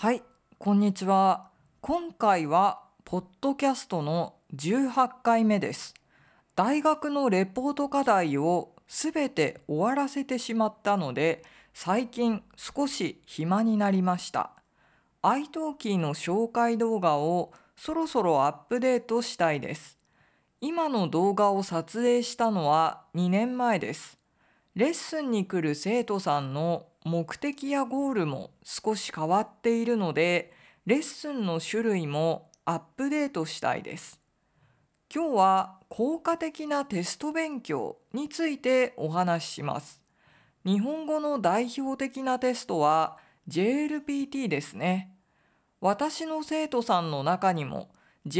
はい、こんにちは。今回はポッドキャストの18回目です。大学のレポート課題をすべて終わらせてしまったので、最近少し暇になりました。iTalki の紹介動画をそろそろアップデートしたいです。今の動画を撮影したのは2年前です。レッスンに来る生徒さんの目的やゴールも少し変わっているので、レッスンの種類もアップデートしたいです。今日は効果的なテスト勉強についてお話しします。日本語の代表的なテストは JLPT ですね。私の生徒さんの中にも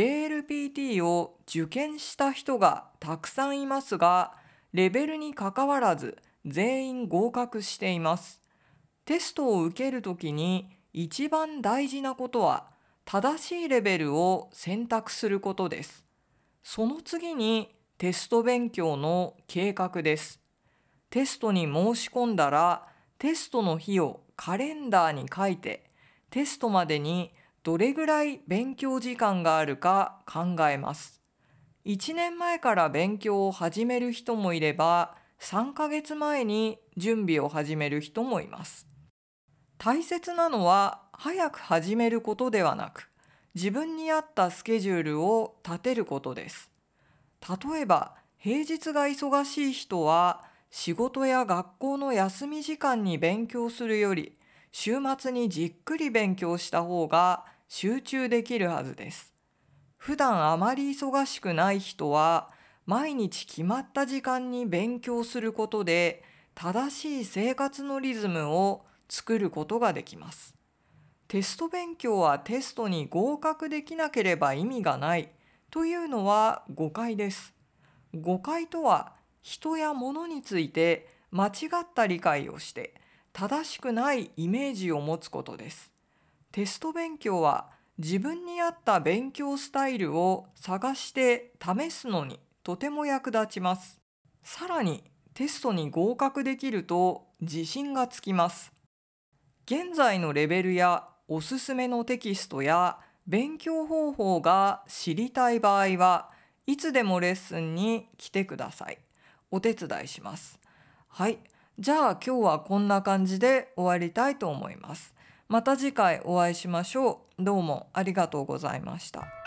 JLPT を受験した人がたくさんいますが、レベルにかかわらず全員合格しています。テストを受けるときに一番大事なことは正しいレベルを選択することです。その次にテスト勉強の計画です。テストに申し込んだらテストの日をカレンダーに書いて、テストまでにどれぐらい勉強時間があるか考えます。1年前から勉強を始める人もいれば、3ヶ月前に準備を始める人もいます。大切なのは早く始めることではなく、自分に合ったスケジュールを立てることです。例えば、平日が忙しい人は、仕事や学校の休み時間に勉強するより、週末にじっくり勉強した方が集中できるはずです。普段あまり忙しくない人は、毎日決まった時間に勉強することで、正しい生活のリズムを作ることができます。テスト勉強はテストに合格できなければ意味がないというのは誤解です。誤解とは、人や物について間違った理解をして正しくないイメージを持つことです。テスト勉強は自分に合った勉強スタイルを探して試すのにとても役立ちます。さらにテストに合格できると自信がつきます。現在のレベルやおすすめのテキストや勉強方法が知りたい場合はいつでもレッスンに来てください。お手伝いします。はい。じゃあ今日はこんな感じで終わりたいと思います。また次回お会いしましょう。どうもありがとうございました。